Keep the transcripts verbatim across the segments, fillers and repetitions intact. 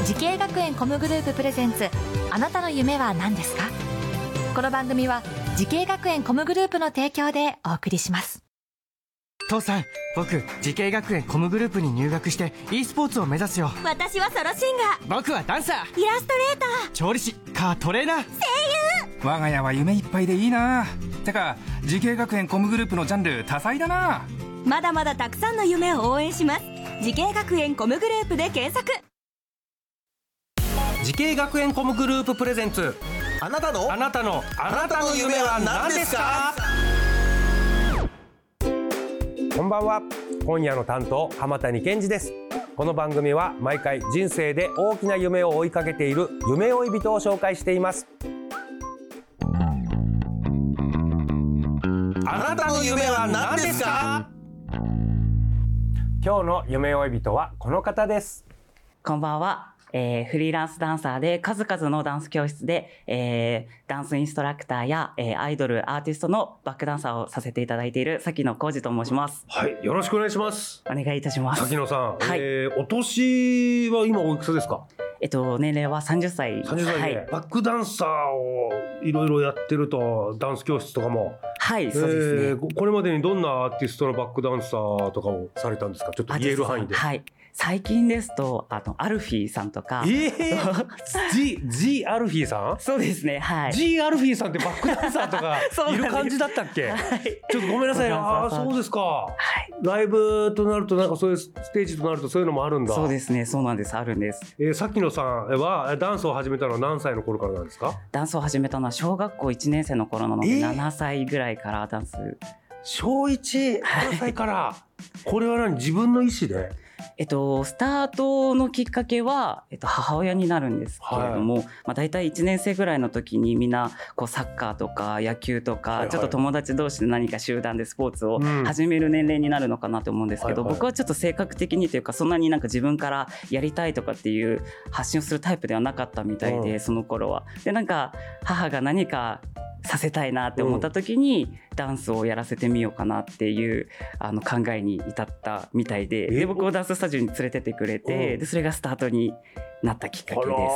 時系学園コムグループプレゼンツ、あなたの夢は何ですか？この番組は時系学園コムグループの提供でお送りします。 父さん、僕時系学園コムグループに入学して e スポーツを目指すよ。 私はソロシンガー、僕はダンサー、 イラストレーター、 調理師、カートレーナー、声優。我が家は夢いっぱいでいいな。てか時系学園コムグループのジャンル多彩だな。 まだまだたくさんの夢を応援します。時系学園コムグループで検索。 時系学園コムグループプレゼンツ、 あなたのあなたのあなたの夢は何ですか？ こんばんは。今夜の担当浜谷健二です。この番組は毎回人生で大きな夢を追いかけている夢追い人を紹介しています。 あなたの夢は何ですか？ 今日の夢追い人はこの方です。 こんばんは。えー、フリーランスダンサーで数々のダンス教室で、えー、ダンスインストラクターや、えー、アイドルアーティストのバックダンサーをさせていただいている崎野浩二と申します。 はい、よろしくお願いします。 お願いいたします。 崎野さん、 はい、 えー、お年は今おいくつですか？ えっと年齢はさんじゅっさい。 さんじゅっさいで、はい、バックダンサーをいろいろやってると、ダンス教室とかも。 はい、そうですね、 えー、これまでにどんなアーティストのバックダンサーとかをされたんですか？ちょっと言える範囲で。 はい、最近ですとあのアルフィーさんとか、 えー、G, G アルフィーさん？ そうですね、はい。 G アルフィーさんってバックダンサーとかいる感じだったっけ？はい、ちょっとごめんなさい。ああ、そうですか、はい、ライブとなるとなんかそういうステージとなるとそういうのもあるんだ。 そうですね、そうなんです、あるんです。 えー、崎野さんはダンスを始めたのは何歳の頃からなんですか？ ダンスを始めたのは小学校いちねん生の頃なので、えー、ななさいぐらいからダンス。 小いち、ななさいから。これは何、自分の意思で？ えっと、スタートのきっかけは、えっと、母親になるんですけれども、はい、まあ、大体いちねん生ぐらいの時にみんなこうサッカーとか野球とか、はいはい、ちょっと友達同士で何か集団でスポーツを始める年齢になるのかなと思うんですけど、うん、僕はちょっと性格的にというか、そんなになんか自分からやりたいとかっていう発信をするタイプではなかったみたいで、うん、その頃は。で、なんか母が何かさせたいなって思った時に、うん、ダンスをやらせてみようかなっていうあの考えに至ったみたいで、で僕をダンススタジオに連れてってくれて、うん、でそれがスタートになったきっかけです。はい、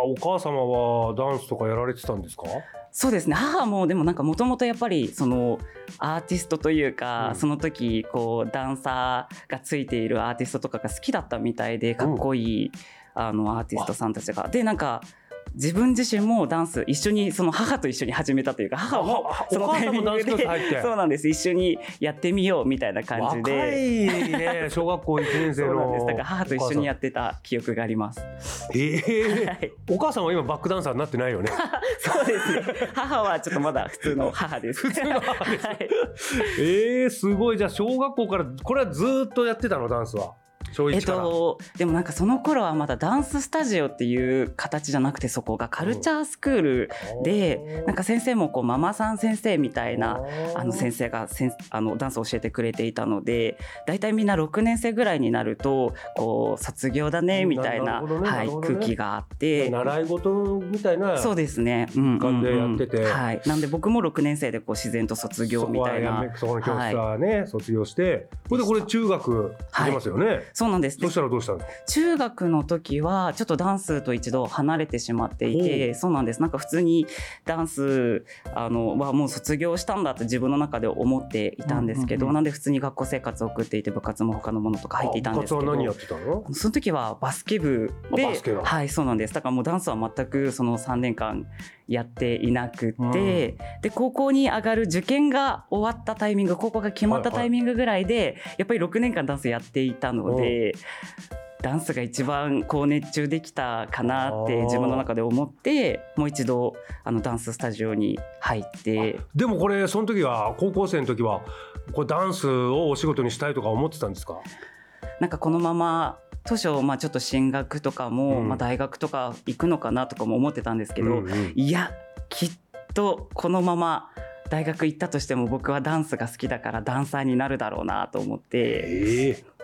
お母様はダンスとかやられてたんですか？ そうですね、母もでもなんかもともとやっぱりそのアーティストというか、うん、その時こうダンサーがついているアーティストとかが好きだったみたいで、かっこいい、うん、あのアーティストさんたちがで、なんか自分自身もダンス一緒に、その母と一緒に始めたというか、母もそのタイミングでそうなんです、一緒にやってみようみたいな感じで。 若いね、小学校いちねん生のそうなんです、だから母と一緒にやってた記憶があります。 えーはい、お母さんは今バックダンサーになってないよね？ そうですね、母はちょっとまだ普通の母です。 普通の母です、はい、えー、すごい。じゃあ小学校からこれはずっとやってたの？ダンスはえっと、でもなんかその頃はまだダンススタジオっていう形じゃなくて、そこがカルチャースクールで、うん、なんか先生もこうママさん先生みたいなあの先生がせんあのダンスを教えてくれていたので、だいたいみんなろくねん生ぐらいになるとこう卒業だねみたいな、ね、はい、ね、空気があって、 習い事みたいなそうですね、うん感じでやってて、うんうん、 はい、なんで僕もろくねん生でこう自然と卒業みたいな、 そこの教室はね、はい、卒業して、これでこれ中学行きますよね？はい、 そうなんです。 そしたらどうしたんですか？ 中学の時はちょっとダンスと一度離れてしまっていて、そうなんです、なんか普通にダンスあのはもう卒業したんだって自分の中で思っていたんですけど、うんうんうん、なんで普通に学校生活を送っていて、部活も他のものとか入っていたんですけど。 部活は何やってたの？ その時はバスケ部で、 バスケだ。 はい、そうなんです。だからもうダンスは全くそのさんねんかんやっていなくて、うん、で高校に上がる受験が終わったタイミング、高校が決まったタイミングぐらいで、はいはい、やっぱりろくねんかんダンスやっていたので、うん、ダンスが一番こう熱中できたかなって自分の中で思って、もう一度あのダンススタジオに入って。 でもこれその時は高校生の時はこれダンスをお仕事にしたいとか思ってたんですか？ なんかこのまま当初まあちょっと進学とかも、うんまあ、大学とか行くのかなとかも思ってたんですけど、うんうん、いやきっとこのまま大学行ったとしても僕はダンスが好きだからダンサーになるだろうなと思って、 えー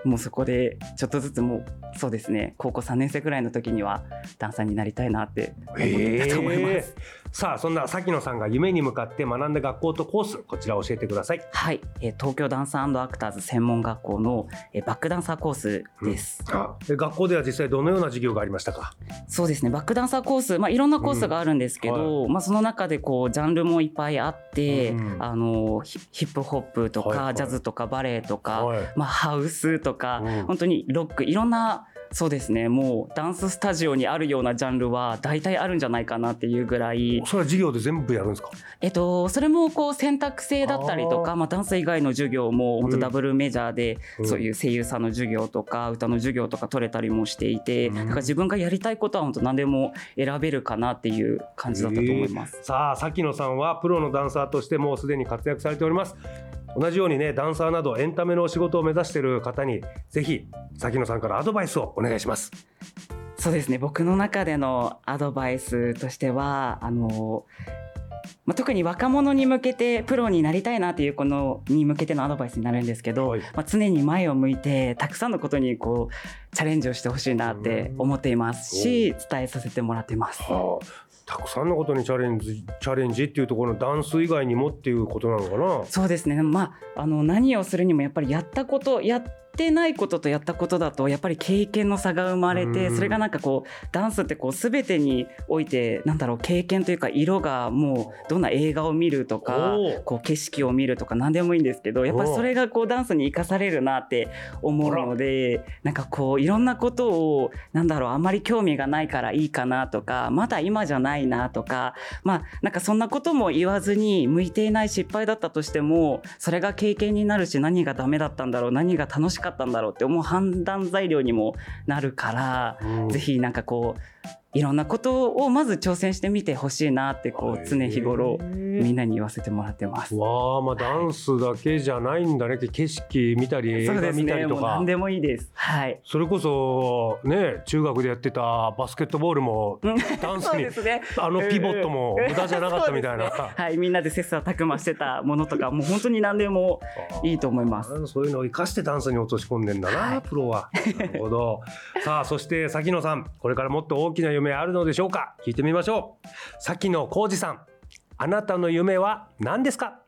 もうそこでちょっとずつもうそうですね高校さんねん生ぐらいの時にはダンサーになりたいなって思ってたと思います、 えー、さあそんな崎野さんが夢に向かって学んだ学校とコース、こちら教えてください。 はい、えー、東京ダンサー&アクターズ専門学校の、えー、バックダンサーコースです、 うん、あ学校では実際どのような授業がありましたか？ そうですねバックダンサーコース、まあ、いろんなコースがあるんですけど、うんはいまあ、その中でこうジャンルもいっぱいあって、うん、あの ヒ, ヒップホップとか、はいはい、ジャズとかバレエとか、はいまあ、ハウスとか、うん、本当にロックいろんなそうですねもうダンススタジオにあるようなジャンルは大体あるんじゃないかなっていうぐらい。 それは授業で全部やるんですか？ えっとそれもこう選択制だったりとかまあ、ダンス以外の授業も本当ダブルメジャーで、うん、そういう声優さんの授業とか歌の授業とか取れたりもしていて、うん、だから自分がやりたいことは本当何でも選べるかなっていう感じだったと思います、 えー、さあ崎野さんはプロのダンサーとしてもうすでに活躍されております。同じようにねダンサーなどエンタメのお仕事を目指している方にぜひ崎野さんからアドバイスをお願いします。 そうですね僕の中でのアドバイスとしてはあの、まあ、特に若者に向けてプロになりたいなっていうこのに向けてのアドバイスになるんですけど、はいまあ、常に前を向いてたくさんのことにこうチャレンジをしてほしいなって思っていますし伝えさせてもらってます。 はあたくさんのことにチャレンジチャレンジっていうところのダンス以外にもっていうことなのかな。 そうですね、まあ、あの何をするにもやっぱりやったことやってないこととやったことだとやっぱり経験の差が生まれてそれがなんかこうダンスってこう全てにおいてなんだろう経験というか色がもうどんな映画を見るとかこう景色を見るとか何でもいいんですけどやっぱりそれがこうダンスに生かされるなって思うのでなんかこういろんなことをなんだろうあんまり興味がないからいいかなとかまだ今じゃないなとかまあなんかそんなことも言わずに向いていない失敗だったとしてもそれが経験になるし何がダメだったんだろう何が楽しかったんだろうって思う判断材料にもなるから、うん、ぜひなんかこういろんなことをまず挑戦してみてほしいなってこう常日頃みんなに言わせてもらってます。 わあ、まあダンスだけじゃないんだね。景色見たり映画見たりとか。そうですね、もう何でもいいです。はい。 それこそね中学でやってたバスケットボールもダンスにね、あのピボットも無駄じゃなかったみたいな。ね、 はい、みんなで切磋琢磨してたものとかもう本当に何でもいいと思います。 そういうのを生かしてダンスに落とし込んでんだな、はい、プロは。なるほど。さあそして崎野さんこれからもっと大きな夢あるのでしょうか。聞いてみましょう。崎野浩二さん、あなたの夢は何ですか？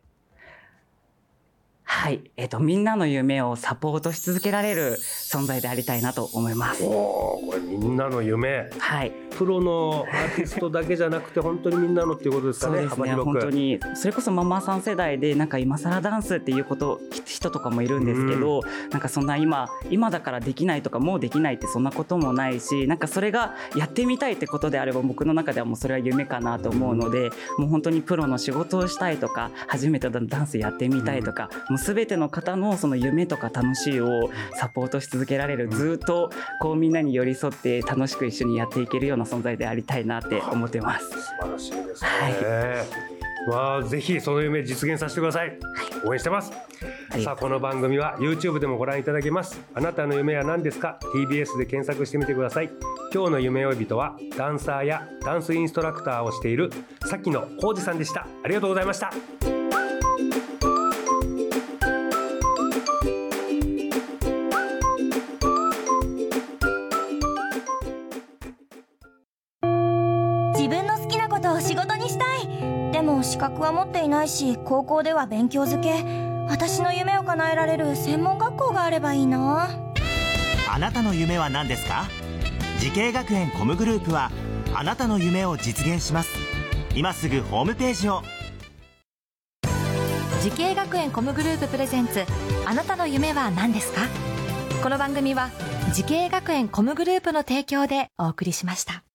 はい、えーと、みんなの夢をサポートし続けられる存在でありたいなと思います。 おー、これみんなの夢、 はい、 プロのアーティストだけじゃなくて本当にみんなのっていうことですかね。 そうですね、本当にそれこそママさん世代でなんか今更ダンスっていうこと人とかもいるんですけど、うん、なんかそんな今今だからできないとかもうできないってそんなこともないしなんかそれがやってみたいってことであれば僕の中ではもうそれは夢かなと思うので、うん、もう本当にプロの仕事をしたいとか初めてダンスやってみたいとか、うん、もう全ての方のその夢とか楽しいをサポートし続けられる、うん、ずっとこうみんなに寄り添って楽しく一緒にやっていけるような存在でありたいなって思ってます。 素晴らしいですね、はい、まあ、ぜひその夢実現させてください、はい、応援してます。さあこの番組は YouTube でもご覧いただけます。あなたの夢は何ですか？ ティービーエス で検索してみてください。今日の夢追い人はダンサーやダンスインストラクターをしている崎野浩二さんでした。ありがとうございました。 自分の好きなことを仕事にしたい。でも資格は持っていないし高校では勉強づけ。私の夢を叶えられる専門学校があればいいな。 あなたの夢は何ですか？時系学園コムグループはあなたの夢を実現します。今すぐホームページを。 時系学園コムグループプレゼンツ、あなたの夢は何ですか？この番組は時系学園コムグループの提供でお送りしました。